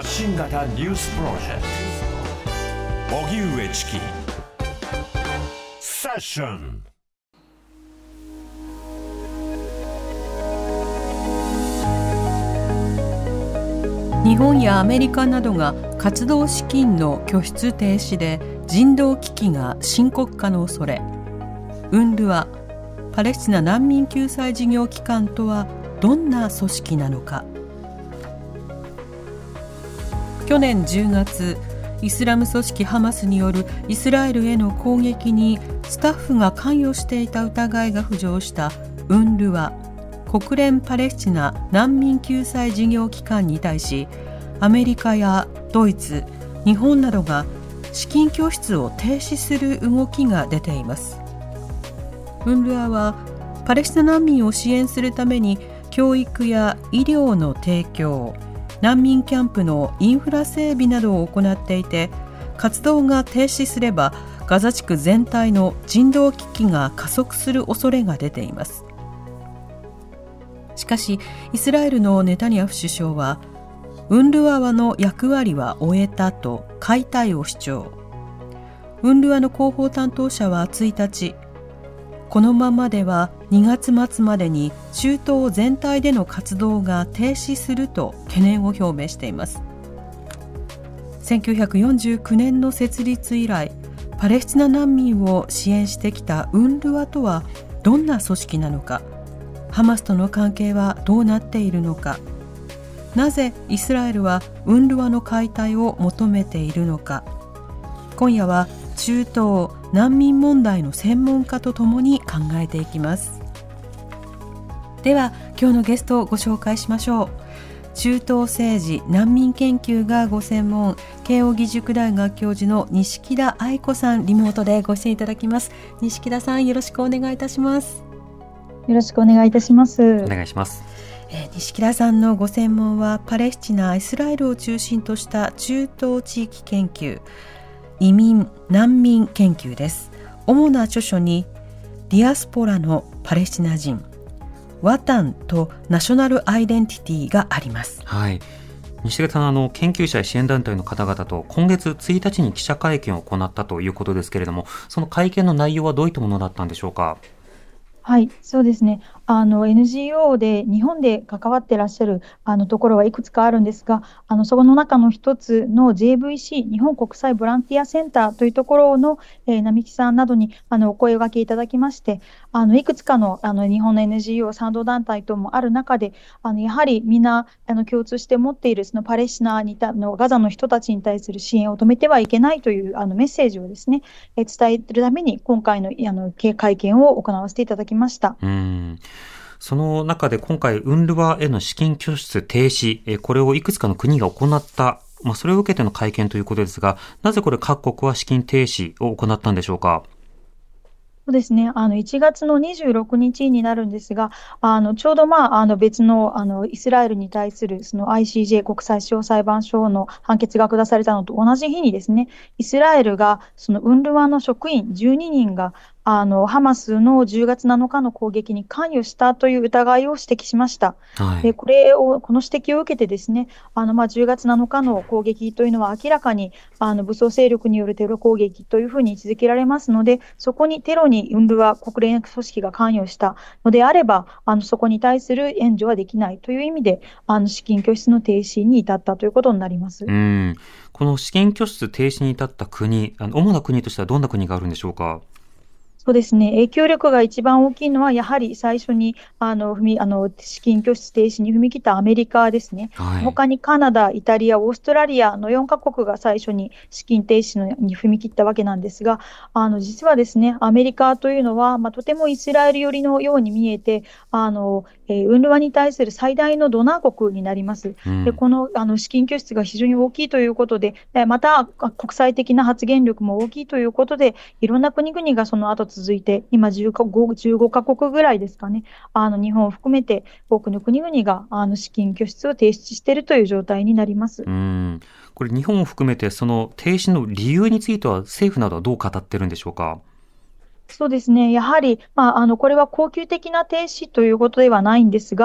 発信型ニュースプロジェクト荻上チキセッション。 日本やアメリカなどが活動資金の拠出停止で人道危機が深刻化の恐れ。UNRWAパレスチナ難民救済事業機関とはどんな組織なのか。去年10月、イスラム組織ハマスによるイスラエルへの攻撃にスタッフが関与していた疑いが浮上したUNRWA国連パレスチナ難民救済事業機関に対し、アメリカやドイツ、日本などが資金拠出を停止する動きが出ています。UNRWAはパレスチナ難民を支援するために教育や医療の提供、難民キャンプのインフラ整備などを行っていて、活動が停止すればガザ地区全体の人道危機が加速する恐れが出ています。しかしイスラエルのネタニヤフ首相はUNRWAの役割は終えたと解体を主張。UNRWAの広報担当者は1日、このままでは2月末までに中東全体での活動が停止すると懸念を表明しています。1949年の設立以来、パレスチナ難民を支援してきたUNRWAとはどんな組織なのか、ハマスとの関係はどうなっているのか、なぜイスラエルはUNRWAの解体を求めているのか。今夜は中東難民問題の専門家とともに考えていきます。では今日のゲストをご紹介しましょう。中東政治難民研究がご専門、慶應義塾大学教授の錦田愛子さん、リモートでご出演いただきます。錦田さん、よろしくお願いいたします。 よろしくお願いいたします。 お願いします。 錦田さんのご専門はパレスチナ、イスラエルを中心とした中東地域研究、移民・難民研究です。主な著書にディアスポラのパレスチナ人、ワタンとナショナルアイデンティティがあります。 はい、西出さん、研究者や支援団体の方々と今月1日に記者会見を行ったということですけれども、その会見の内容はどういったものだったんでしょうか。 はい、そうですね。NGO で日本で関わっていらっしゃるところはいくつかあるんですが、そこの中の一つの JVC 日本国際ボランティアセンターというところの、並木さんなどにお声掛けいただきまして、いくつかの日本の NGO 賛同団体ともある中で、やはりみんな共通して持っているそのパレスチナのガザの人たちに対する支援を止めてはいけないというメッセージをですね、伝えるために今回の会見を行わせていただきました。 その中で今回UNRWAへの資金拠出停止、これをいくつかの国が行った、それを受けての会見ということですが、なぜこれ各国は資金停止を行ったんでしょうか。 そうですね。1月の26日になるんですが、ちょうど別のイスラエルに対するその ICJ 国際司法裁判所の判決が下されたのと同じ日にですね、イスラエルがそのUNRWAの職員12人がハマスの10月7日の攻撃に関与したという疑いを指摘しました。 はい、 でこの指摘を受けてですね、10月7日の攻撃というのは明らかに武装勢力によるテロ攻撃というふうに位置づけられますので、そこにテロにUNRWA国連組織が関与したのであれば、そこに対する援助はできないという意味で資金拠出の停止に至ったということになります。 この資金拠出停止に至った国、主な国としてはどんな国があるんでしょうか。 そうですね。影響力が一番大きいのは、やはり最初に資金拠出停止に踏み切ったアメリカですね。 はい、 他にカナダ、イタリア、オーストラリアの4カ国が最初に資金停止に踏み切ったわけなんですが、実はですね、アメリカというのは、とてもイスラエル寄りのように見えて、UNRWAに対する最大のドナー国になります。でこの資金拠出が非常に大きいということで、また国際的な発言力も大きいということで、いろんな国々がその後続いて、今15カ国ぐらいですかね、日本を含めて多くの国々が資金拠出を停止しているという状態になります。 これ日本を含めてその停止の理由については政府などはどう語ってるんでしょうか。 そうですね。やはり、これは恒久的な停止ということではないんですが、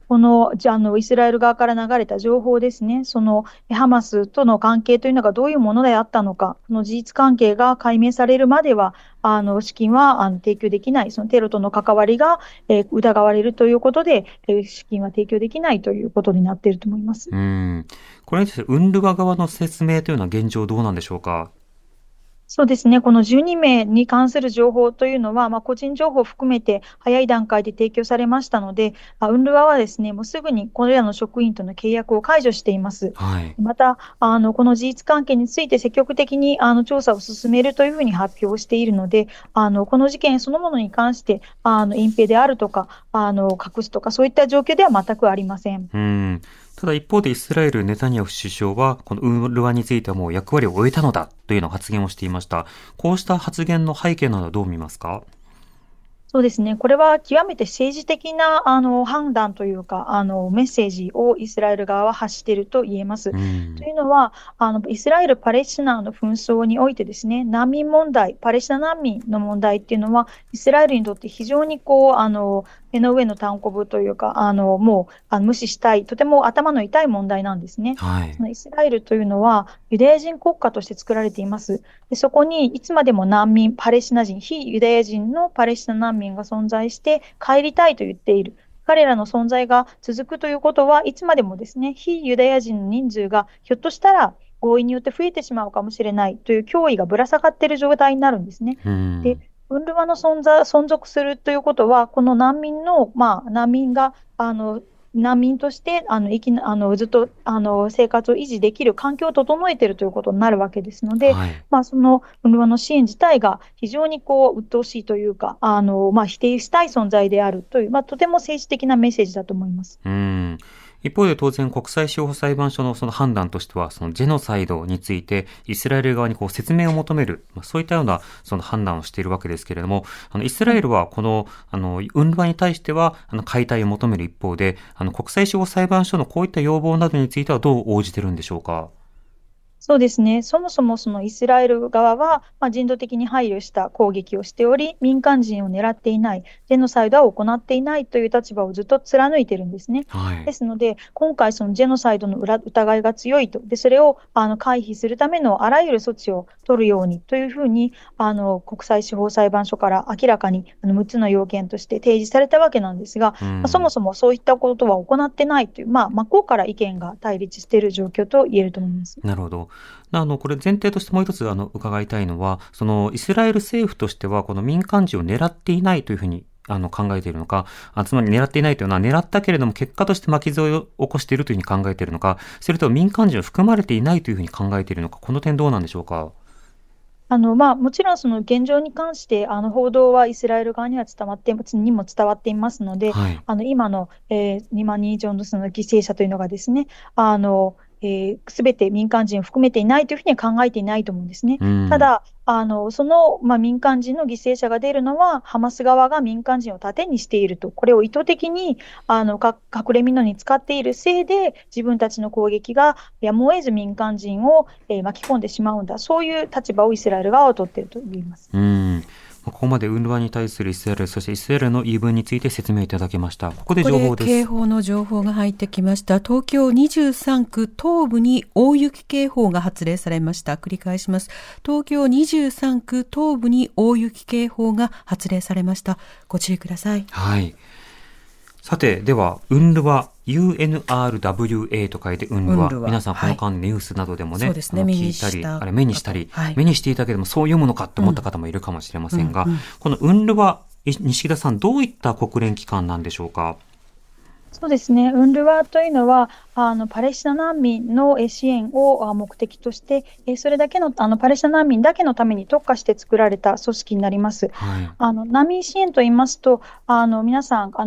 このイスラエル側から流れた情報ですね、そのハマスとの関係というのがどういうものであったのか、その事実関係が解明されるまでは、資金は提供できない、そのテロとの関わりが、疑われるということで、資金は提供できないということになっていると思います。 これについて、ウンルワ側の説明というのは現状どうなんでしょうか。 そうですね、この12名に関する情報というのは、個人情報を含めて早い段階で提供されましたので、ウンルワはですね、もうすぐにこれらの職員との契約を解除しています。 はい。 また、この事実関係について積極的に調査を進めるというふうに発表しているので、この事件そのものに関して、隠蔽であるとか、隠すとか、そういった状況では全くありません。 ただ一方でイスラエルネタニヤフ首相はこのウンルワについてはもう役割を終えたのだというような発言をしていました。こうした発言の背景などはどう見ますか。 そうですね。これは極めて政治的な判断というかメッセージをイスラエル側は発していると言えます。というのはイスラエル・パレスチナの紛争においてですね、難民問題、パレスチナ難民の問題っていうのはイスラエルにとって非常に目の上のたんこぶというかもう無視したい、とても頭の痛い問題なんですね。 はい、 そのイスラエルというのはユダヤ人国家として作られています。でそこにいつまでも難民、パレスチナ人、非ユダヤ人のパレスチナ難民が存在して帰りたいと言っている。彼らの存在が続くということはいつまでもですね、非ユダヤ人の人数がひょっとしたら合意によって増えてしまうかもしれないという脅威がぶら下がっている状態になるんですね。でウンルワの存続するということは、この難民が難民としてずっと生活を維持できる環境を整えているということになるわけですので、 はい、 そのウンルワの支援自体が非常に鬱陶しいというか否定したい存在であるという、とても政治的なメッセージだと思います。 一方で当然国際司法裁判所のその判断としては、そのジェノサイドについてイスラエル側に説明を求める、そういったようなその判断をしているわけですけれども、イスラエルはこのウンルワに対しては解体を求める一方で、国際司法裁判所のこういった要望などについてはどう応じているんでしょうか。 そうですね。そもそもそのイスラエル側は、人道的に配慮した攻撃をしており、民間人を狙っていない、ジェノサイドは行っていないという立場をずっと貫いているんですね。 はい、 ですので、今回そのジェノサイドの疑いが強いと、でそれを回避するためのあらゆる措置を取るようにというふうに国際司法裁判所から明らかに6つの要件として提示されたわけなんですが、そもそもそういったことは行ってないという、真っ向から意見が対立している状況と言えると思います。 なるほど。これ前提としてもう一つ伺いたいのは、そのイスラエル政府としてはこの民間人を狙っていないというふうに考えているのか、つまり狙っていないというのは狙ったけれども結果として巻き添えを起こしているというふうに考えているのか、それと民間人を含まれていないというふうに考えているのか、この点どうなんでしょうか。 もちろんその現状に関して報道はイスラエル側には伝わっていますので、 はい、 今の、2万人以上のその犠牲者というのがですね、すべて民間人を含めていないというふうには考えていないと思うんですね。ただその、民間人の犠牲者が出るのはハマス側が民間人を盾にしていると、これを意図的に隠れ蓑に使っているせいで自分たちの攻撃がやむを得ず民間人を、巻き込んでしまうんだ、そういう立場をイスラエル側は取っていると言います。 ここまでウンルワに対するイスラエル、そしてイスラエルの言い分について説明いただきました。ここで情報です。 警報の情報が入ってきました。東京23区東部に大雪警報が発令されました。繰り返します。東京23区東部に大雪警報が発令されました。ご注意ください。 はい。さて、では、ウンルワ、UNRWA と書いてウンルワ。皆さんこの間ニュースなどでもね、 そうですね、 聞いたり、目にしたり、目にしていたけどもそう読むのかと思った方もいるかもしれませんが、このウンルワ、西田さん、どういった国連機関なんでしょうか。 そうですね。ウンルワというのはパレスチナ難民の支援を目的として、それだけのパレスチナ難民だけのために特化して作られた組織になります。 はい、 難民支援といいますと、皆さん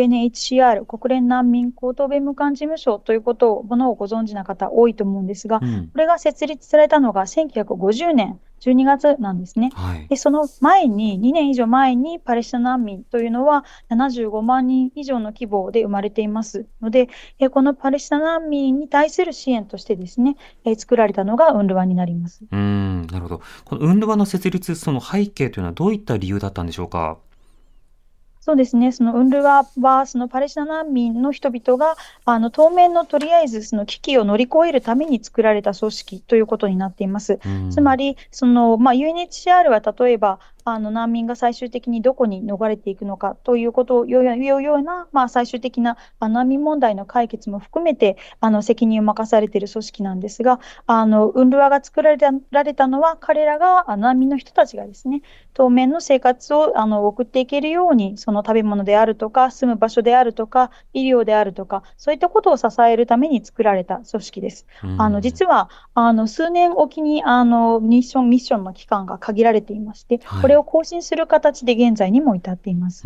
UNHCR 国連難民高等弁務官事務所というものをご存知な方多いと思うんですが、これが設立されたのが1950年12月なんですね。 はい、 でその前に2年以上前にパレスチナ難民というのは75万人以上の規模で生まれていますので、このパレスチナ難民に対する支援としてですね、作られたのがウンルワになります。 なるほど。このウンルワの設立、その背景というのはどういった理由だったんでしょうか。 そうですね、そのウンルワはそのパレスチナ難民の人々が当面のとりあえずその危機を乗り越えるために作られた組織ということになっています。つまりその、UNHCR は例えば難民が最終的にどこに逃れていくのかということをいうような、最終的な難民問題の解決も含めて責任を任されている組織なんですが、ウンルワが作られたのは彼らが難民の人たちがですね、当面の生活を送っていけるように、その食べ物であるとか住む場所であるとか医療であるとか、そういったことを支えるために作られた組織です。実は数年おきにミッションの期間が限られていまして、これを更新する形で現在にも至っています。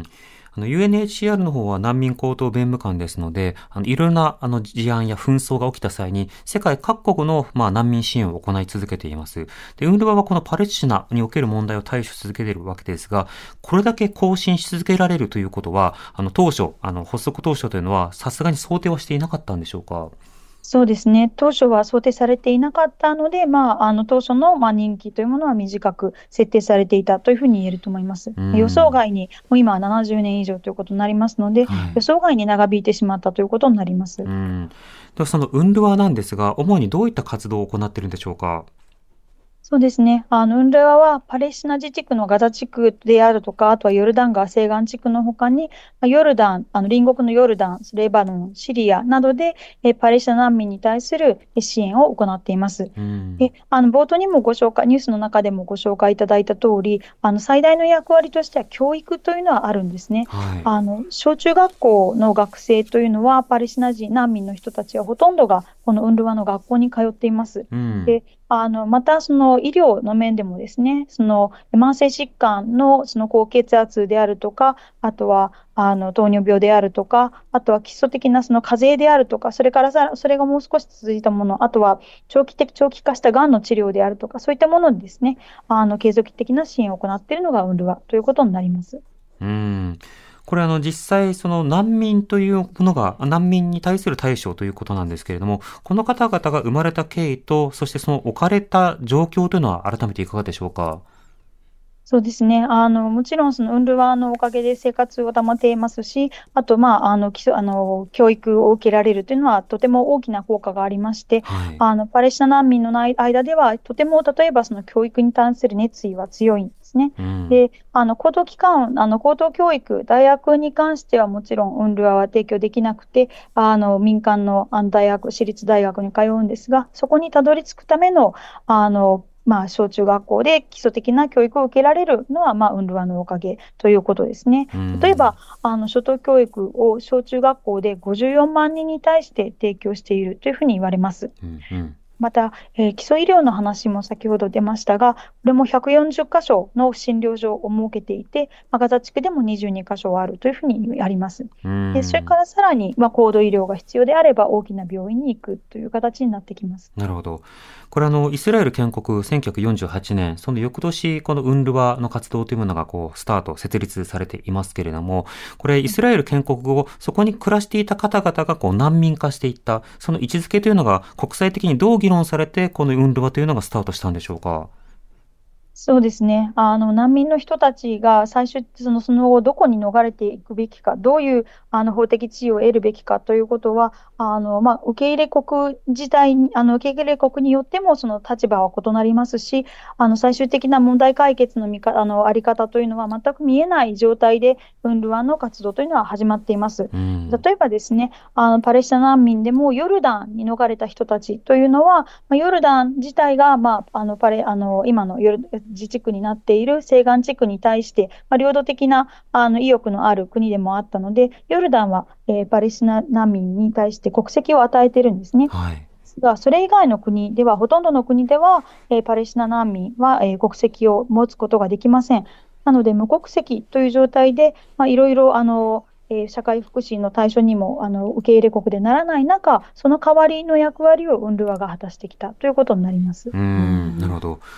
UNHCR の方は難民高等弁務官ですので、いろいろな事案や紛争が起きた際に世界各国の難民支援を行い続けています。で、ウンルワはこのパレスチナにおける問題を対処し続けているわけですが、これだけ更新し続けられるということは、当初発足当初というのはさすがに想定はしていなかったんでしょうか？ そうですね、当初は想定されていなかったので、当初の任期というものは短く設定されていたというふうに言えると思います。予想外に、もう今は70年以上ということになりますので、予想外に長引いてしまったということになります。 ではそのウンルワなんですが、主にどういった活動を行っているんでしょうか？ そうですね。ウンルワはパレスチナ自治区のガザ地区であるとか、あとはヨルダン川西岸地区の他に、ヨルダン、隣国のヨルダン、レバノン、シリアなどで、パレスチナ難民に対する支援を行っています。冒頭にもご紹介、ニュースの中でもご紹介いただいた通り、最大の役割としては教育というのはあるんですね。小中学校の学生というのは、パレスチナ人難民の人たちはほとんどがこのウンルワの学校に通っています。でまた、その医療の面でもですね、その慢性疾患のその高血圧であるとか、あとは糖尿病であるとか、あとは基礎的なその風邪であるとか、それがもう少し続いたもの、あとは長期化したがんの治療であるとか、そういったものにですね、継続的な支援を行っているのがウンルワということになります。 これ実際その難民というものが難民に対する対処ということなんですけれども、この方々が生まれた経緯と、そしてその置かれた状況というのは改めていかがでしょうか？ そうですね。もちろんそのウンルワのおかげで生活を保ていますし、あと、教育を受けられるというのはとても大きな効果がありまして、パレスチナ難民の間ではとても例えばその教育に対する熱意は強いんですね。で、高等教育、大学に関してはもちろんウンルワは提供できなくて、民間の大学、私立大学に通うんですが、そこにたどり着くための小中学校で基礎的な教育を受けられるのは、ウンルワのおかげということですね。例えば、初等教育を小中学校で54万人に対して提供しているというふうに言われます。また、基礎医療の話も先ほど出ましたが、これも140カ所の診療所を設けていて、ガザ地区でも22カ所あるというふうにあります。でそれからさらに、高度医療が必要であれば大きな病院に行くという形になってきます。 なるほど。これイスラエル建国1948年、その翌年、このウンルワの活動というものがスタート、設立されていますけれども、これイスラエル建国後、そこに暮らしていた方々が難民化していった、その位置づけというのが国際的にどう議論されて、このウンルワというのがスタートしたんでしょうか？ そうですね。難民の人たちが最初、その後どこに逃れていくべきか、どういう法的地位を得るべきかということは、受け入れ国自体に、受け入れ国によってもその立場は異なりますし、最終的な問題解決のあり方というのは全く見えない状態で、ウンルワの活動というのは始まっています。例えばですね、パレスチナ難民でもヨルダンに逃れた人たちというのは、ヨルダン自体が、今の自治区になっている西岸地区に対して、領土的な意欲のある国でもあったので、ヨルダンは、パレスチナ難民に対して国籍を与えているんですね。それ以外の国では、ほとんどの国では、パレスチナ難民は、国籍を持つことができません。なので、無国籍という状態で、いろいろ社会福祉の対象にも受け入れ国でならない中、その代わりの役割をウンルワが果たしてきたということになります。 なるほど。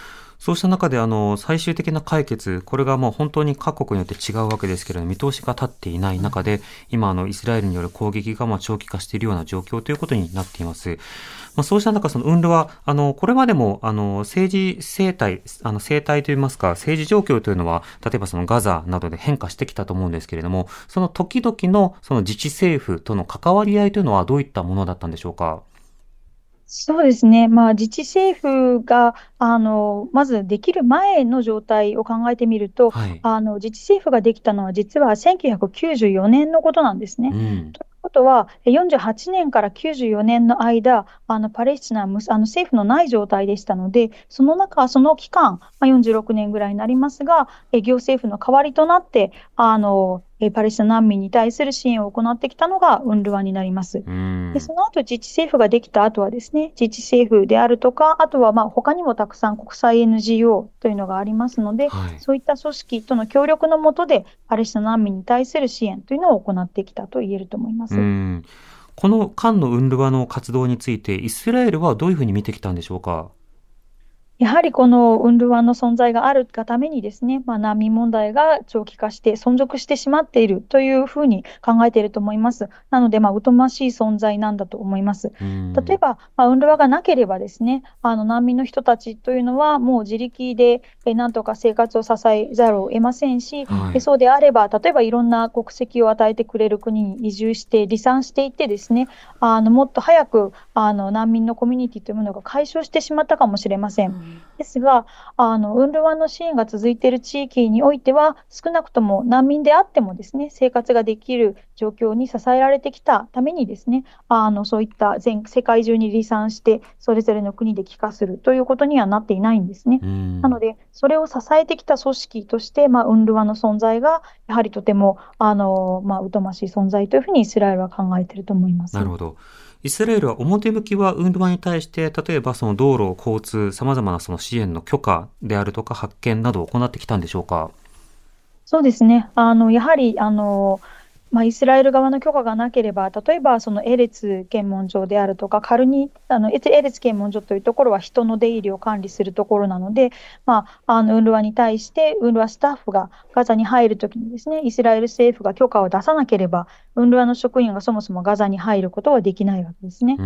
そうした中で最終的な解決、これがもう本当に各国によって違うわけですけれども、見通しが立っていない中で、今イスラエルによる攻撃が長期化しているような状況ということになっています。そうした中、そのUNRWA、これまでも政治生態といいますか、政治状況というのは、例えばそのガザなどで変化してきたと思うんですけれども、その時々のその自治政府との関わり合いというのはどういったものだったんでしょうか。 そうですね。自治政府が、まずできる前の状態を考えてみると、 はい。 自治政府ができたのは実は1994年のことなんですね。 うん。 ということは、48年から94年の間、パレスチナは政府のない状態でしたので、その期間、46年ぐらいになりますが、行政府の代わりとなって、パレスチナ難民に対する支援を行ってきたのが UNRWA になります。 うで、 ん。 その後、自治政府ができた後はですね、自治政府であるとか、あとは他にもたくさん国際 NGO というのがありますので、 はい。 そういった組織との協力の下で、パレスチナ難民に対する支援というのを行ってきたと言えると思いまうす。 ん。この間のUNRWAの活動について、イスラエルはどういうふうに見てきたんでしょうか。 やはりこの UNRWA の存在があるがためにですね、難民問題が長期化して存続してしまっているというふうに考えていると思います。なので、疎ましい存在なんだと思います。 うん。 例えば、UNRWA がなければですね、難民の人たちというのはもう自力でなんとか生活を支えざるを得ませんし、 はい。 そうであれば、例えばいろんな国籍を与えてくれる国に移住して離散していってですね、もっと早く難民のコミュニティというものが解消してしまったかもしれません。ですが、UNRWA の支援が続いている地域においては、少なくとも難民であってもですね、生活ができる状況に支えられてきたためにですね、そういった世界中に離散して、それぞれの国で帰化するということにはなっていないんですね。 うん。 なので、それを支えてきた組織として、UNRWA の存在が、やはりとても、疎ましい存在というふうにイスラエルは考えていると思います。 なるほど。イスラエルは表向きはUNRWAに対して、例えばその道路、交通、様々なその支援の許可であるとか発見などを行ってきたんでしょうか。 そうですね。やはり、イスラエル側の許可がなければ、例えばそのエレツ検問所であるとか、エレツ検問所というところは人の出入りを管理するところなので、UNRWA に対して、UNRWA スタッフがガザに入るときにですね、イスラエル政府が許可を出さなければ、UNRWA の職員がそもそもガザに入ることはできないわけですね。 うん。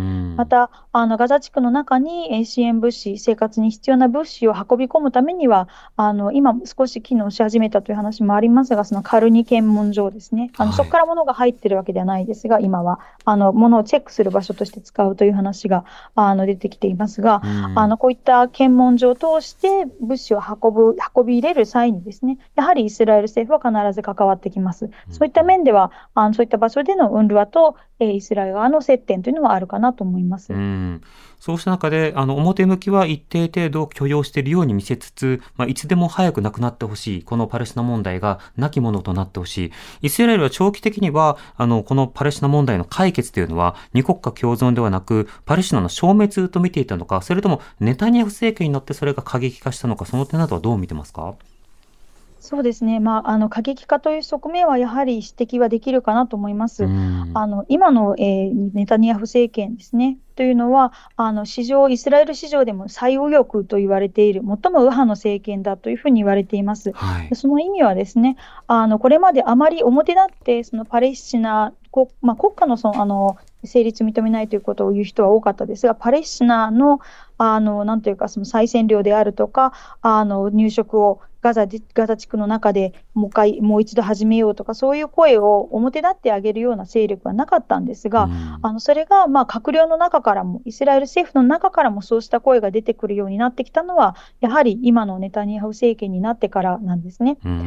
また、ガザ地区の中に支援物資、生活に必要な物資を運び込むためには、今少し機能し始めたという話もありますが、そのカルニ検問所ですね。そこかはい。 ら物が入ってるわけではないですが、今は、物をチェックする場所として使うという話が、出てきていますが、 うん。 こういった検問所を通して物資を運び入れる際にですね、やはりイスラエル政府は必ず関わってきます。そういった面では、そういった場所でのUNRWAと、イスラエル側の接点というのはあるかなと思いまうす。 ん。そうした中で、表向きは一定程度許容しているように見せつつ、いつでも早くなくなってほしい。このパレスチナ問題がなきものとなってほしい。イスラエルは長期的には、このパレスチナ問題の解決というのは、二国家共存ではなく、パレスチナの消滅と見ていたのか、それともネタニヤフ政権になってそれが過激化したのか、その点などはどう見てますか？ そうですね。過激化という側面はやはり指摘はできるかなと思いまうす。 ん。 今の、ネタニヤフ政権ですね。というのは、イスラエル史上でも最右翼と言われている、最も右派の政権だというふうに言われています。 はい。 でその意味はですね、これまであまり表立って、そのパレスチナ、国家の成立を認めないということを言う人は多かったですが、パレスチナの、なんというか、その再占領であるとか、入植をガザ地区の中でもう一度始めようとか、そういう声を表立ってあげるような勢力はなかったんですうが、 ん。 それが閣僚の中からも、イスラエル政府の中からもそうした声が出てくるようになってきたのは、やはり今のネタニヤフ政権になってからなんですね。 うん。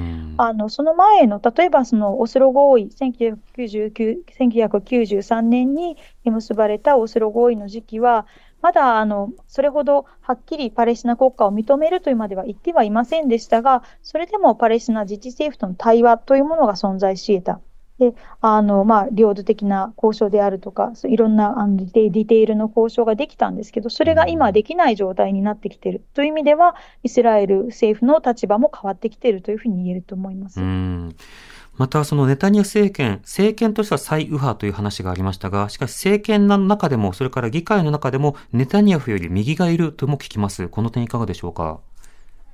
その前の、例えばそのオスロ合意、1993年に結ばれたオスロ合意の時期は、まだそれほどはっきりパレスチナ国家を認めるというまでは言ってはいませんでしたが、それでもパレスチナ自治政府との対話というものが存在し得た。で、領土的な交渉であるとか、いろんなディテールの交渉ができたんですけど、それが今できない状態になってきているという意味では、イスラエル政府の立場も変わってきているというふうに言えると思いまうす。 ん。また、そのネタニヤフ政権としては最右派という話がありましたが、しかし政権の中でも、それから議会の中でも、ネタニヤフより右がいるとも聞きます。この点いかがでしょうか？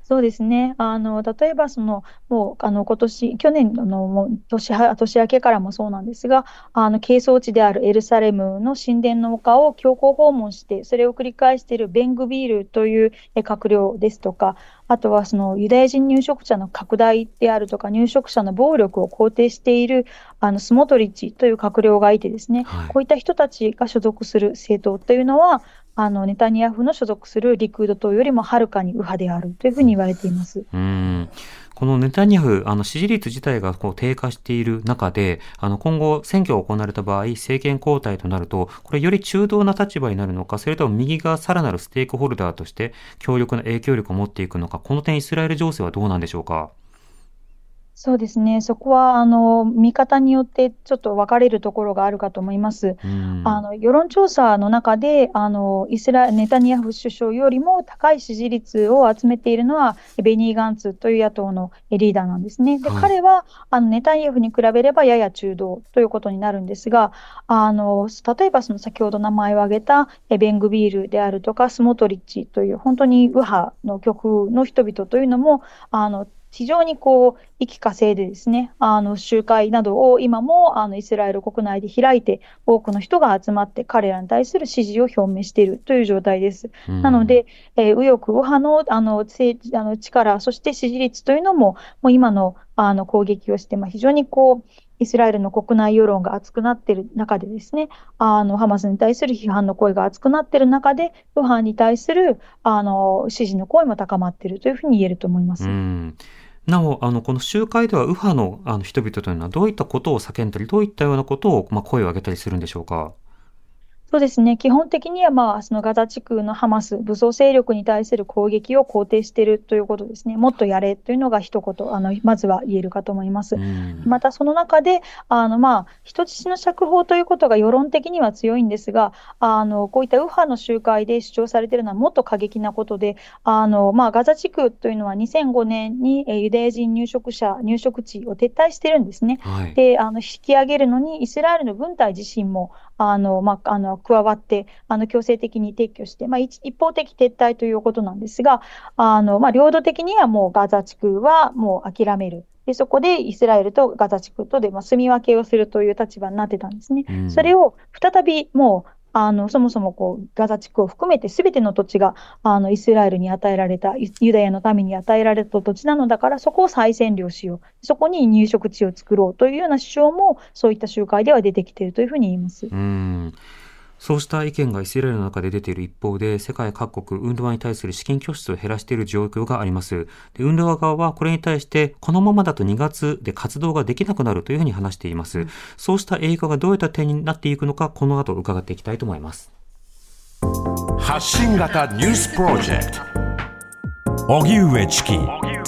そうですね。例えば、もう、去年もう年明けからもそうなんですが、係争地であるエルサレムの神殿の丘を強行訪問して、それを繰り返しているベングビールという閣僚ですとか、あとはそのユダヤ人入植者の拡大であるとか、入植者の暴力を肯定しているスモトリッチという閣僚がいてですね、 はい。 こういった人たちが所属する政党というのは、ネタニヤフの所属するリクード党よりもはるかに右派であるというふうに言われています。 このネタニヤフ、支持率自体が低下している中で、今後選挙が行われた場合、政権交代となると、これより中道な立場になるのか、それとも右がさらなるステークホルダーとして強力な影響力を持っていくのか、この点イスラエル情勢はどうなんでしょうか。 そうですね。そこは、見方によってちょっと分かれるところがあるかと思います。世論調査の中で、ネタニヤフ首相よりも高い支持率を集めているのは、ベニー・ガンツという野党のリーダーなんですね。で、 はい。 彼は、ネタニヤフに比べればやや中道ということになるんですが、例えばその先ほど名前を挙げたベングビールであるとか、スモトリッチという本当に右派の極右の人々というのも、非常に一気呵成でですね、集会などを今もイスラエル国内で開いて、多くの人が集まって彼らに対する支持を表明しているという状態です。なので、右翼、右派の、力、そして支持率というのも、もう今の、攻撃をして、非常にイスラエルの国内世論が熱くなっている中でですね、ハマスに対する批判の声が熱くなっている中で、右派に対する支持の声も高まっているというふうに言えると思います。 なお、この集会では右派の、人々というのはどういったことを叫んだり、どういったようなことを、声を上げたりするんでしょうか。 そうですね。基本的には、そのガザ地区のハマス、武装勢力に対する攻撃を肯定しているということですね。もっとやれというのが一言、まずは言えるかと思います。また、その中で、人質の釈放ということが世論的には強いんですが、こういった右派の集会で主張されているのはもっと過激なことで、ガザ地区というのは2005年にユダヤ人入植地を撤退しているんですね。 はい。 で、引き上げるのにイスラエルの軍隊自身も、加わって、強制的に撤去して、一方的撤退ということなんですが、領土的にはもうガザ地区はもう諦める。で、そこでイスラエルとガザ地区とで、住み分けをするという立場になってたんですね。それを再びもう、そもそもガザ地区を含めて全ての土地がイスラエルに与えられた、ユダヤの民に与えられた土地なのだから、そこを再占領しよう。そこに入植地を作ろうというような主張も、そういった集会では出てきているというふうに言います。 そうした意見がイスラエルの中で出ている一方で、世界各国、ウンルワに対する資金拠出を減らしている状況があります。で、ウンルワ側はこれに対して、このままだと2月で活動ができなくなるというふうに話しています。そうした影響がどういった点になっていくのか、この後伺っていきたいと思います。 発信型ニュースプロジェクト荻上チキ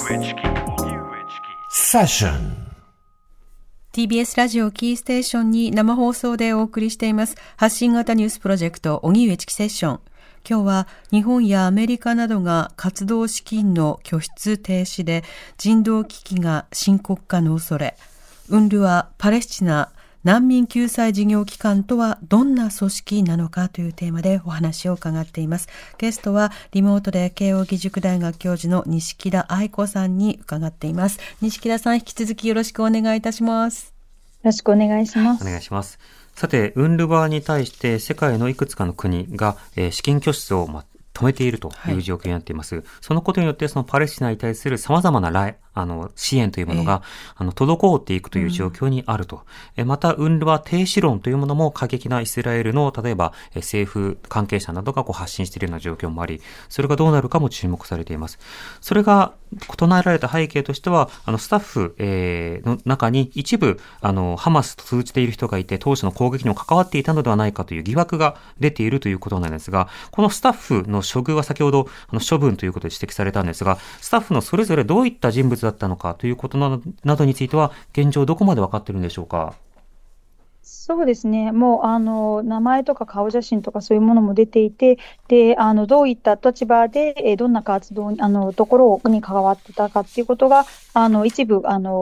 セッション TBS ラジオキーステーションに生放送でお送りしています発信型ニュースプロジェクト荻上チキセッション。今日は日本やアメリカなどが活動資金の拠出停止で人道危機が深刻化の恐れ。ウンルワパレスチナ難民救済事業機関とはどんな組織なのかというテーマでお話を伺っています。ゲストはリモートで慶應義塾大学教授の錦田愛子さんに伺っています。錦田さん、引き続きよろしくお願いいたします。 よろしくお願いします。 お願いします。さて、ウンルワに対して世界のいくつかの国が、資金拠出を止めているという状況になっています。そのことによってそのパレスチナに対する様々な支援というものが、滞っていくという状況にあると。また、ウンルワ停止論というものも過激なイスラエルの、例えば、政府関係者などが発信しているような状況もあり、それがどうなるかも注目されています。それが唱えられた背景としては、スタッフ、の中に一部、ハマスと通じている人がいて、当初の攻撃にも関わっていたのではないかという疑惑が出ているということなんですが、このスタッフの処遇は先ほど、処分ということで指摘されたんですが、スタッフのそれぞれどういった人物だったのかということなどについては、現状どこまで分かっているんでしょうか。 そうですね。もう、名前とか顔写真とかそういうものも出ていて、で、どういった立場で、どんな活動に、ところに関わってたかっていうことが、一部、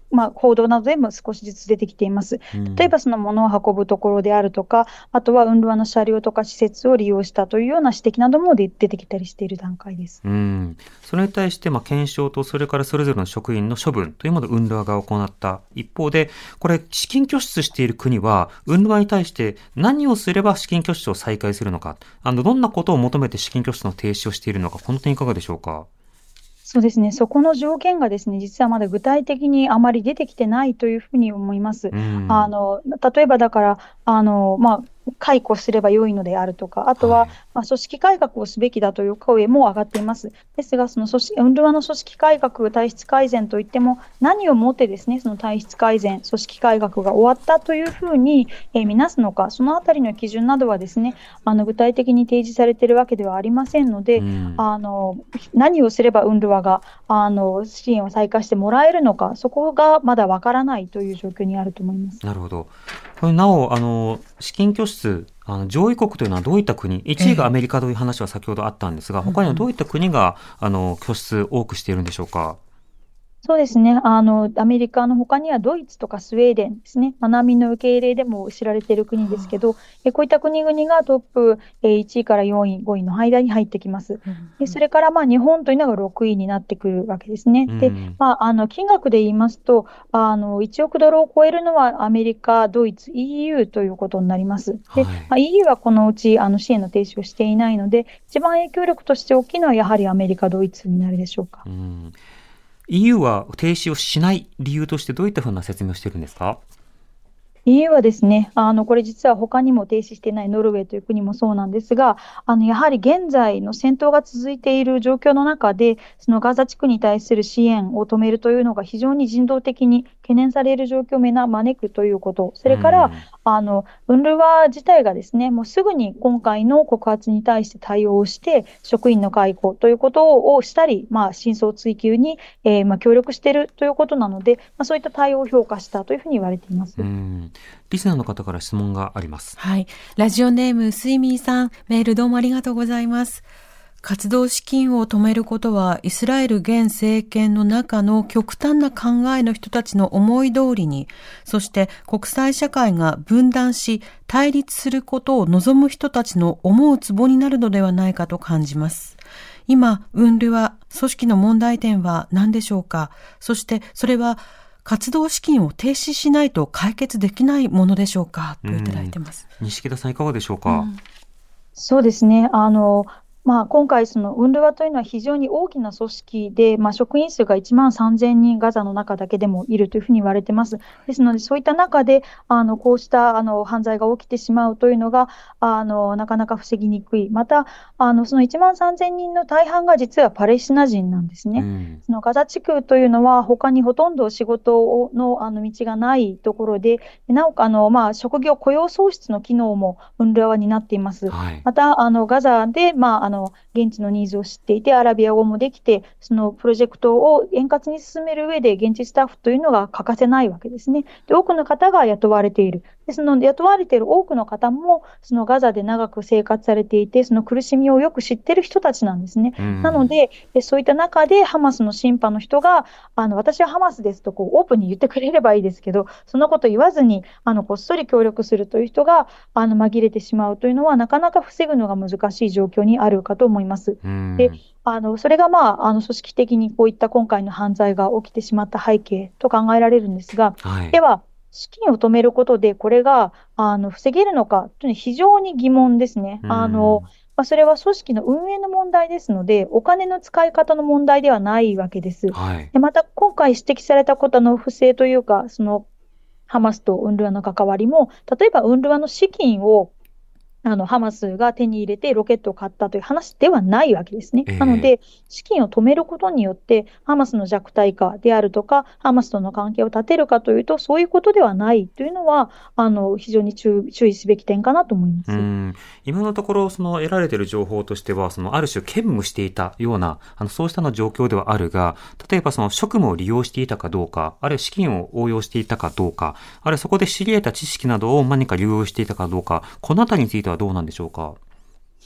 報道などでも少しずつ出てきています。例えばその物を運ぶところであるとか、あとはUNRWAの車両とか施設を利用したというような指摘なども出てきたりしている段階です。 それに対して検証とそれからそれぞれの職員の処分というものをUNRWAが行った一方で、これ資金拠出している国はUNRWAに対して何をすれば資金拠出を再開するのか、どんなことを求めて資金拠出の停止をしているのか、この点いかがでしょうか。 そうですね、そこの条件がですね、実はまだ具体的にあまり出てきてないというふうに思います。例えばだから、解雇すれば良いのであるとか、あとは、組織改革をすべきだという声も上がっています。ですが、そのUNRWAの組織改革、体質改善といっても、何をもってですね、その体質改善、組織改革が終わったというふうに、見なすのか、そのあたりの基準などはですね、具体的に提示されているわけではありませんので、何をすればUNRWAが支援を再開してもらえるのか、そこがまだわからないという状況にあると思います。 なるほど。これなお資金拠出上位国というのはどういった国、1位がアメリカという話は先ほどあったんですが、他にはどういった国が拠出多くしているんでしょうか。 そうですね。アメリカの他にはドイツとかスウェーデンですね。難民の受け入れでも知られている国ですけど、こういった国々がトップ1位から4位、5位の間に入ってきます。でそれから日本というのが6位になってくるわけですね。で、金額で言いますと、1億ドルを超えるのはアメリカ、ドイツ、EU ということになります。で、EU はこのうち支援の停止をしていないので、一番影響力として大きいのはやはりアメリカ、ドイツになるでしょうか。 EU は停止をしない理由としてどういったふうな説明をしているんですか。 EU はですね、これ実は他にも停止していないノルウェーという国もそうなんですが、やはり現在の戦闘が続いている状況の中で、そのガザ地区に対する支援を止めるというのが非常に人道的に懸念される状況を招くということ、それから、UNRWA 自体がですね、もうすぐに今回の告発に対して対応して、職員の解雇ということをしたり、真相追及に、協力しているということなので、そういった対応を評価したというふうに言われています。 リスナーの方から質問があります。 はい。ラジオネームスイミーさん、メールどうもありがとうございます。活動資金を止めることはイスラエル現政権の中の極端な考えの人たちの思い通りに、そして国際社会が分断し対立することを望む人たちの思うツボになるのではないかと感じます。今、UNRWA組織の問題点は何でしょうか。そしてそれは活動資金を停止しないと解決できないものでしょうかといただいてます。 西木田さんいかがでしょうか。 そうですね。今回、そのUNRWAというのは非常に大きな組織で、職員数が1万3000人ガザの中だけでもいるというふうに言われています。ですので、そういった中で、こうした犯罪が起きてしまうというのが、なかなか防ぎにくい。また、その1万3000人の大半が実はパレスチナ人なんですね。そのガザ地区というのは、他にほとんど仕事の道がないところで、なおか職業雇用創出の機能もUNRWAは担っています。また、ガザで、現地のニーズを知っていて、アラビア語もできて、そのプロジェクトを円滑に進める上で、現地スタッフというのが欠かせないわけですね。で、多くの方が雇われている。で、その雇われている多くの方も、そのガザで長く生活されていて、その苦しみをよく知っている人たちなんですね。なので、そういった中で、ハマスのシンパの人が、私はハマスですと、オープンに言ってくれればいいですけど、そんなこと言わずに、こっそり協力するという人が、紛れてしまうというのは、なかなか防ぐのが難しい状況にあるかと思います。で、それが組織的にこういった今回の犯罪が起きてしまった背景と考えられるんですが、では、資金を止めることでこれが防げるのかというのは非常に疑問ですね。それは組織の運営の問題ですので、お金の使い方の問題ではないわけです。でまた、今回指摘されたことの不正というか、そのハマスとUNRWAの関わりも、例えばUNRWAの資金をハマスが手に入れてロケットを買ったという話ではないわけですね。なので、資金を止めることによって、ハマスの弱体化であるとか、ハマスとの関係を断てるかというと、そういうことではないというのは、非常に注意すべき点かなと思います。 今のところ、得られている情報としては、ある種兼務していたような、そうした状況ではあるが、例えば職務を利用していたかどうか、あるいは資金を応用していたかどうか、あるいはそこで知り得た知識などを何か流用していたかどうか、このあたりについてはどうなんでしょうか。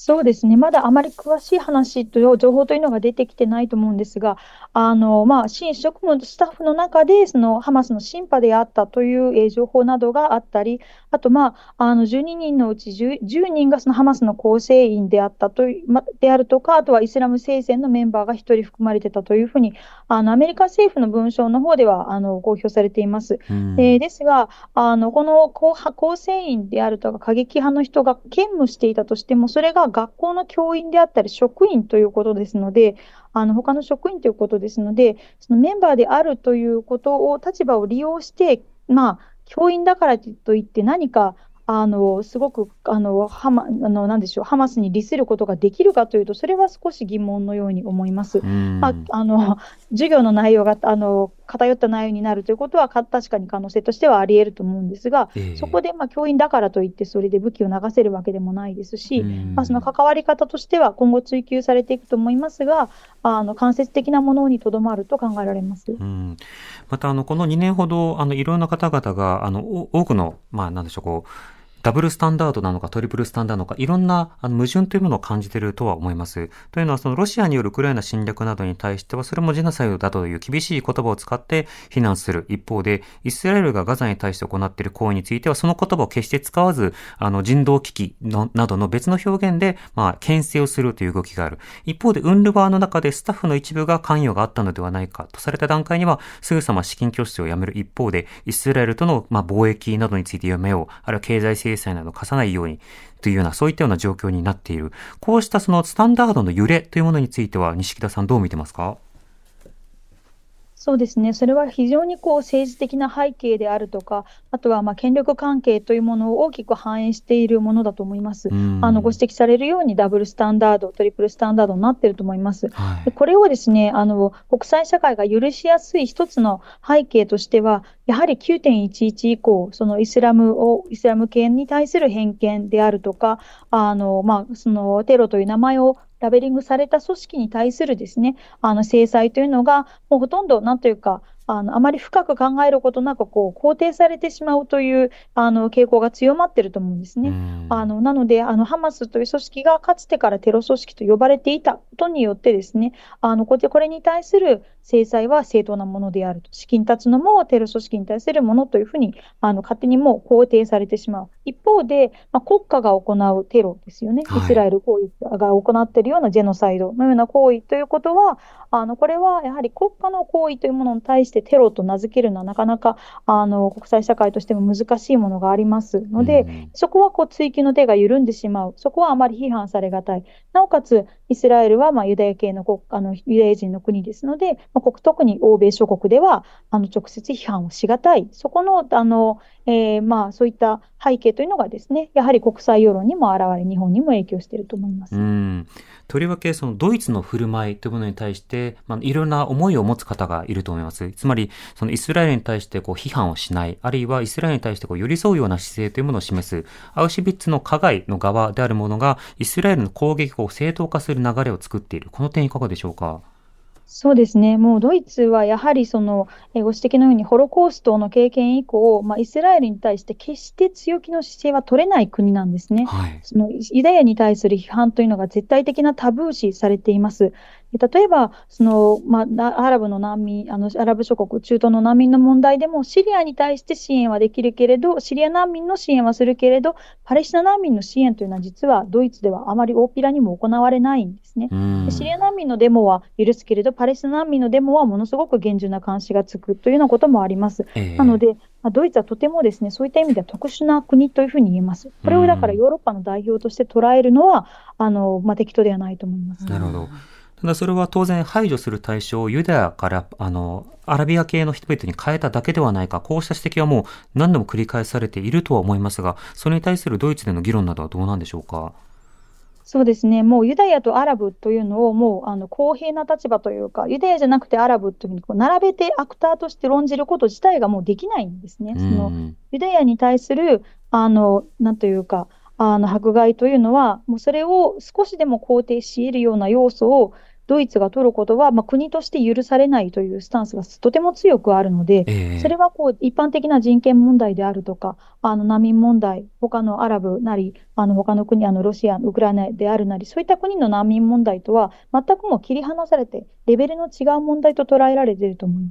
そうですね、まだあまり詳しい話という情報というのが出てきてないと思うんですが、新職務スタッフの中で、そのハマスのシンパであったという、情報などがあったり、あと、12人のうち10人がそのハマスの構成員であったという、であるとか、あとはイスラム聖戦のメンバーが1人含まれてたというふうに、アメリカ政府の文書の方では公表されています。ですが、この構成員であるとか過激派の人が兼務していたとしても、それが学校の教員であったり職員ということですので、他の職員ということですので、そのメンバーであるということを、立場を利用して、教員だからといって何か、すごく、なんでしょう、ハマスに利することができるかというと、それは少し疑問のように思います。授業の内容が、偏った内容になるということは、確かに可能性としてはあり得ると思うんですが、そこで、教員だからといって、それで武器を流せるわけでもないですし、その関わり方としては、今後追及されていくと思いますが、間接的なものにとどまると考えられます。 また、この2年ほど、いろんな方々が、多くの、なんでしょう、ダブルスタンダードなのかトリプルスタンダードなのか、いろんな矛盾というものを感じているとは思います。というのは、そのロシアによるウクライナ侵略などに対しては、それもジェノサイドだという厳しい言葉を使って非難する一方で、イスラエルがガザに対して行っている行為については、その言葉を決して使わず、人道危機などの別の表現で、牽制をするという動きがある。一方で、ウンルワの中でスタッフの一部が関与があったのではないかとされた段階には、すぐさま資金拠出をやめる一方で、イスラエルとの貿易などについてやめよう、あるいは経済制裁などを課さないようにというような、そういったような状況になっている。こうしたそのスタンダードの揺れというものについては、錦田さんどう見てますか？ そうですね、それは非常に政治的な背景であるとか、あとは権力関係というものを大きく反映しているものだと思います。ご指摘されるようにダブルスタンダード、トリプルスタンダードになっていると思います。でこれをですね、国際社会が許しやすい一つの背景としては、やはり9.11以降、そのイスラム系に対する偏見であるとか、そのテロという名前をラベリングされた組織に対するですね、制裁というのが、もうほとんど、なんというか、あまり深く考えることなく肯定されてしまうという傾向が強まっていると思うんですね。なのでハマスという組織がかつてからテロ組織と呼ばれていたことによってですね、これに対する制裁は正当なものであると、資金立つのもテロ組織に対するものというふうに勝手にもう肯定されてしまう。一方で、国家が行うテロですよね、イスラエル行為が行っているようなジェノサイドのような行為ということは、これはやはり国家の行為というものに対してテロと名付けるのはなかなか国際社会としても難しいものがありますので、そこは追及の手が緩んでしまう。そこはあまり批判されがたい。なおかつイスラエルはユダヤ系のユダヤ人の国ですので、特に欧米諸国では直接批判をしがたい。そこのそういった背景というのがですね、やはり国際世論にも現れ、日本にも影響していると思います。 とりわけそのドイツの振る舞いというものに対して、いろんな思いを持つ方がいると思います。つまりそのイスラエルに対して批判をしない、あるいはイスラエルに対して寄り添うような姿勢というものを示す、アウシュビッツの加害の側であるものがイスラエルの攻撃を正当化する流れを作っている。この点いかがでしょうか？ そうですね、もうドイツはやはりご指摘のようにホロコーストの経験以降、イスラエルに対して決して強気の姿勢は取れない国なんですね。そのユダヤに対する批判というのが絶対的なタブー視されています。例えばアラブの難民、アラブ諸国、中東の難民の問題でも、シリアに対して支援はできるけれど、シリア難民の支援はするけれど、パレスチナ難民の支援というのは実はドイツではあまり大っぴらにも行われないんですね。シリア難民のデモは許すけれど、パレスチナ難民のデモはものすごく厳重な監視がつくというようなこともあります。なので、ドイツはとてもですね、そういった意味では特殊な国というふうに言えます。これをだからヨーロッパの代表として捉えるのは適当ではないと思います。 なるほど。ただそれは当然排除する対象をユダヤからアラビア系の人々に変えただけではないか、こうした指摘はもう何度も繰り返されているとは思いますが、それに対するドイツでの議論などはどうなんでしょうか？ そうですね、もうユダヤとアラブというのをもう公平な立場というか、ユダヤじゃなくてアラブというふうに並べてアクターとして論じること自体がもうできないんですね。そのユダヤに対するなんというか迫害というのは、もうそれを少しでも肯定し得るような要素をドイツが取ることは、国として許されないというスタンスがとても強くあるので、それは一般的な人権問題であるとか、難民問題、他のアラブなり、他の国、ロシア、ウクライナであるなり、そういった国の難民問題とは全くもう切り離されて、レベルの違う問題と捉えられていると思います。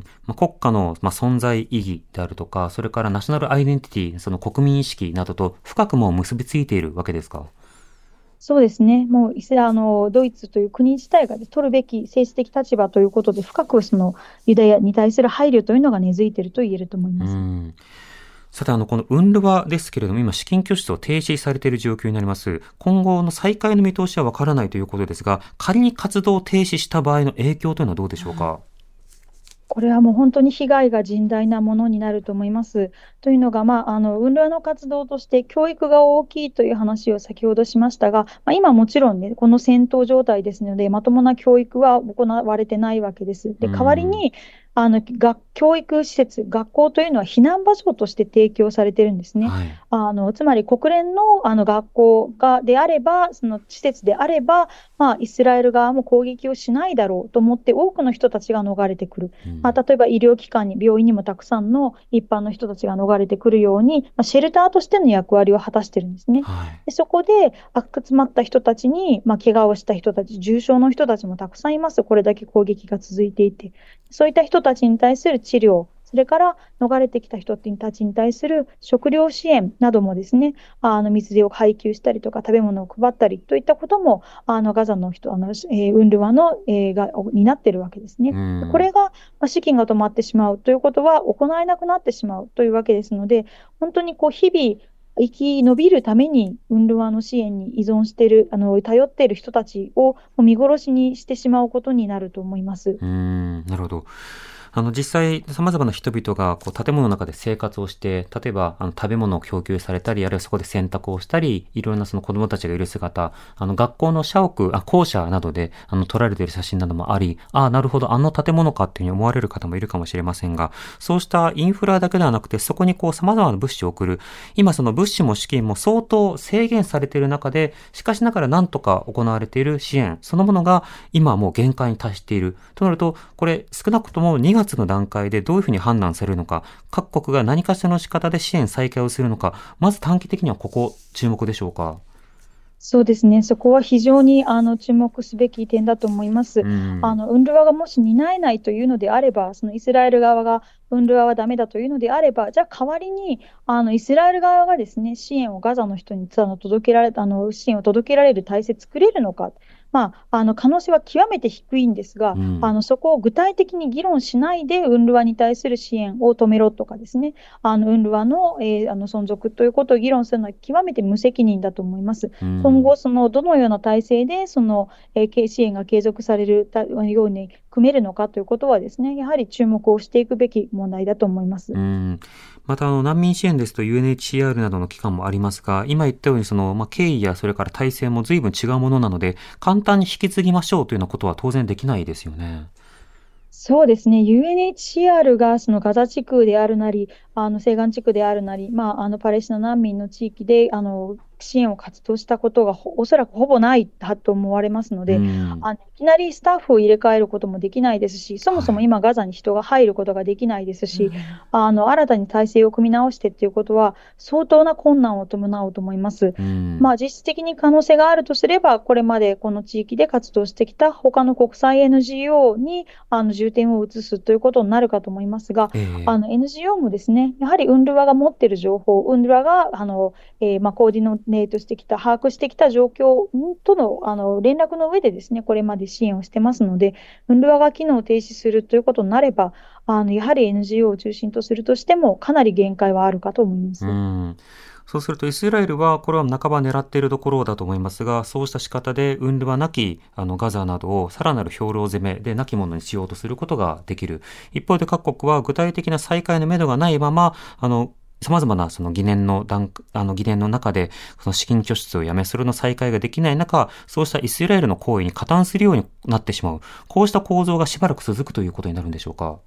国家の、存在意義であるとか、それからナショナルアイデンティティ、その国民意識などと深くも結びついているわけですか？ そうですね。もうドイツという国自体が取るべき政治的立場ということで、深くそのユダヤに対する配慮というのが根付いていると言えると思います。 さて、このウンルワですけれども、今、資金拠出を停止されている状況になります。今後の再開の見通しはわからないということですが、仮に活動を停止した場合の影響というのはどうでしょうか？ これはもう本当に被害が甚大なものになると思います。というのが、ウンルワの活動として教育が大きいという話を先ほどしましたが、今もちろんね、この戦闘状態ですので、まともな教育は行われてないわけです。で、代わりに、教育施設、学校というのは避難場所として提供されているんですね。つまり国連の、学校であれば、その施設であれば、イスラエル側も攻撃をしないだろうと思って多くの人たちが逃れてくる。例えば医療機関に、病院にもたくさんの一般の人たちが逃れてくるように、シェルターとしての役割を果たしてるんですね。でそこで集まった人たちに、怪我をした人たち、重傷の人たちもたくさんいます。これだけ攻撃が続いていて。そういった人たちに対する治療、それから逃れてきた人たちに対する食料支援などもですね、水を配給したりとか食べ物を配ったりといったことも、ガザの人、ウンルワの、が担っているわけですね。これが、資金が止まってしまうということは行えなくなってしまうというわけですので、本当に日々、生き延びるために、ウンルワの支援に依存している、頼っている人たちを見殺しにしてしまうことになると思います。 なるほど。実際、様々な人々が建物の中で生活をして、例えば食べ物を供給されたり、あるいはそこで洗濯をしたり、いろんなその子供たちがいる姿、学校の校舎などで撮られている写真などもあり、なるほど、建物かっていうふうに思われる方もいるかもしれませんが、そうしたインフラだけではなくて、そこに様々な物資を送る、今その物資も資金も相当制限されている中で、しかしながら何とか行われている支援、そのものが今はもう限界に達している。となると、これ少なくとも2月の段階でどういうふうに判断されるのか、各国が何かしらの仕方で支援再開をするのか、まず短期的にはここ注目でしょうか？ そうですね。そこは非常に注目すべき点だと思います。ウンルワがもし担えないというのであれば、そのイスラエル側がウンルワはダメだというのであれば、じゃあ代わりにイスラエル側がですね、支援をガザの人に支援を届けられる体制作れるのか。可能性は極めて低いんですが、そこを具体的に議論しないで、ウンルワに対する支援を止めろとかですね、ウンルワの、存続ということを議論するのは極めて無責任だと思います。今後、どのような体制で、支援が継続されるように組めるのかということはですね、やはり注目をしていくべき問題だと思います。 また難民支援ですと UNHCR などの機関もありますが、今言ったように経緯やそれから体制も随分違うものなので、簡単に引き継ぎましょうというようなことは当然できないですよね。 そうですね。UNHCR がそのガザ地区であるなり、西岸地区であるなり、パレスチナ難民の地域で、支援を活動したことがおそらくほぼないと思われますので、いきなりスタッフを入れ替えることもできないですし、そもそも今ガザに人が入ることができないですし、新たに体制を組み直してということは相当な困難を伴うと思います。実質的に可能性があるとすれば、これまでこの地域で活動してきた他の国際 NGO に重点を移すということになるかと思いますが、NGO もですね、やはりウンルワが持っている情報、ウンルワがコーディネートしてきた、把握してきた状況との連絡の上でですね、これまで支援をしてますので、ウンルワが機能を停止するということになれば、やはり NGO を中心とするとしても、かなり限界はあるかと思います。 そうするとイスラエルはこれは半ば狙っているところだと思いますが、そうした仕方でウンルワなきガザなどをさらなる兵糧攻めでなきものにしようとすることができる。一方で各国は具体的な再開の目処がないまま様々なその疑念の中で、その資金拠出をやめ、それの再開ができない中、そうしたイスラエルの行為に加担するようになってしまう。こうした構造がしばらく続くということになるんでしょうか？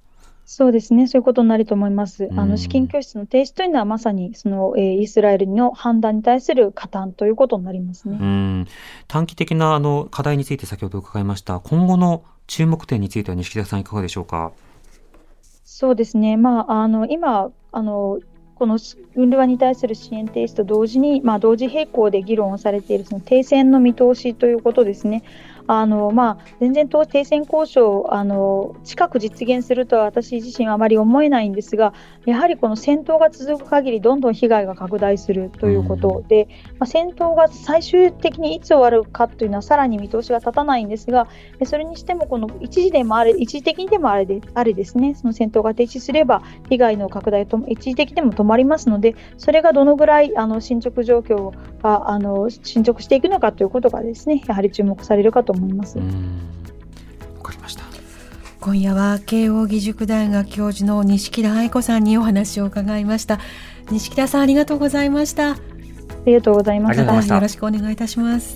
そうですね、そういうことになると思います。資金拠出の停止というのはまさにその、イスラエルの判断に対する加担ということになりますね。 短期的な課題について先ほど伺いました。今後の注目点については西北さんいかがでしょうか。 そうですね、今このウンルワに対する支援停止と同時に、同時並行で議論をされているその停戦の見通しということですね。全然停戦交渉近く実現するとは私自身はあまり思えないんですが、やはりこの戦闘が続く限りどんどん被害が拡大するということで、戦闘が最終的にいつ終わるかというのはさらに見通しが立たないんですが、それにしてもこの一時的にでもあれですね、その戦闘が停止すれば被害の拡大と一時的でも止まりますので、それがどのぐらい進捗状況が進捗していくのかということがですね、やはり注目されるかと思います。 わかりました。 今夜は慶應義塾大学教授の西田愛子さんにお話を伺いました。西田さん、ありがとうございました。 ありがとうございました。 よろしくお願いいたします。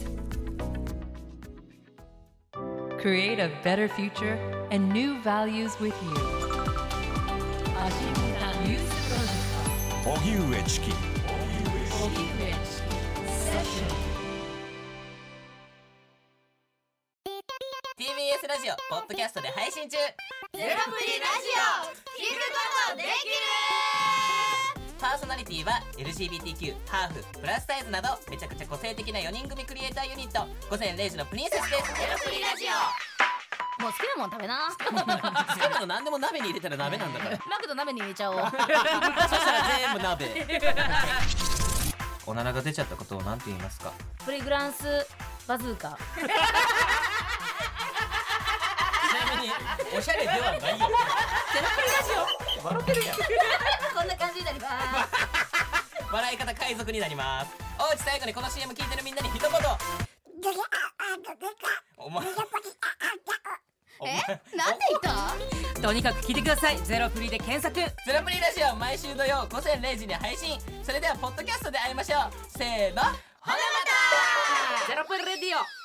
Create a better future and new values with you. 荻上チキ TBS ラジオポッドキャストで配信中。ゼロプリラジオ聞くことできる。パーソナリティは LGBTQ、ハーフ、プラスサイズなどめちゃくちゃ個性的な4人組クリエイターユニット午前0時のプリンセスです。ゼロプリラジオ、もう好きなもん食べな。好きなの何でも鍋に入れたら鍋なんだから。マクド鍋に入れちゃおう。そしたら全部鍋。おならが出ちゃったことを何て言いますか。 プリグランスバズーカ。 ちなみにおしゃれではないよ。ゼロプリラジオ笑ってるやん。 こんな感じになります。 笑い方海賊になります。おうち最後にこの CM 聞いてるみんなに一言。お前なんで言った？とにかく聞いてください。ゼロプリで検索。 ゼロプリラジオ毎週土曜午前0時に配信。それではポッドキャストで会いましょう。せーの、ほなまた。 ゼロプリレディオ。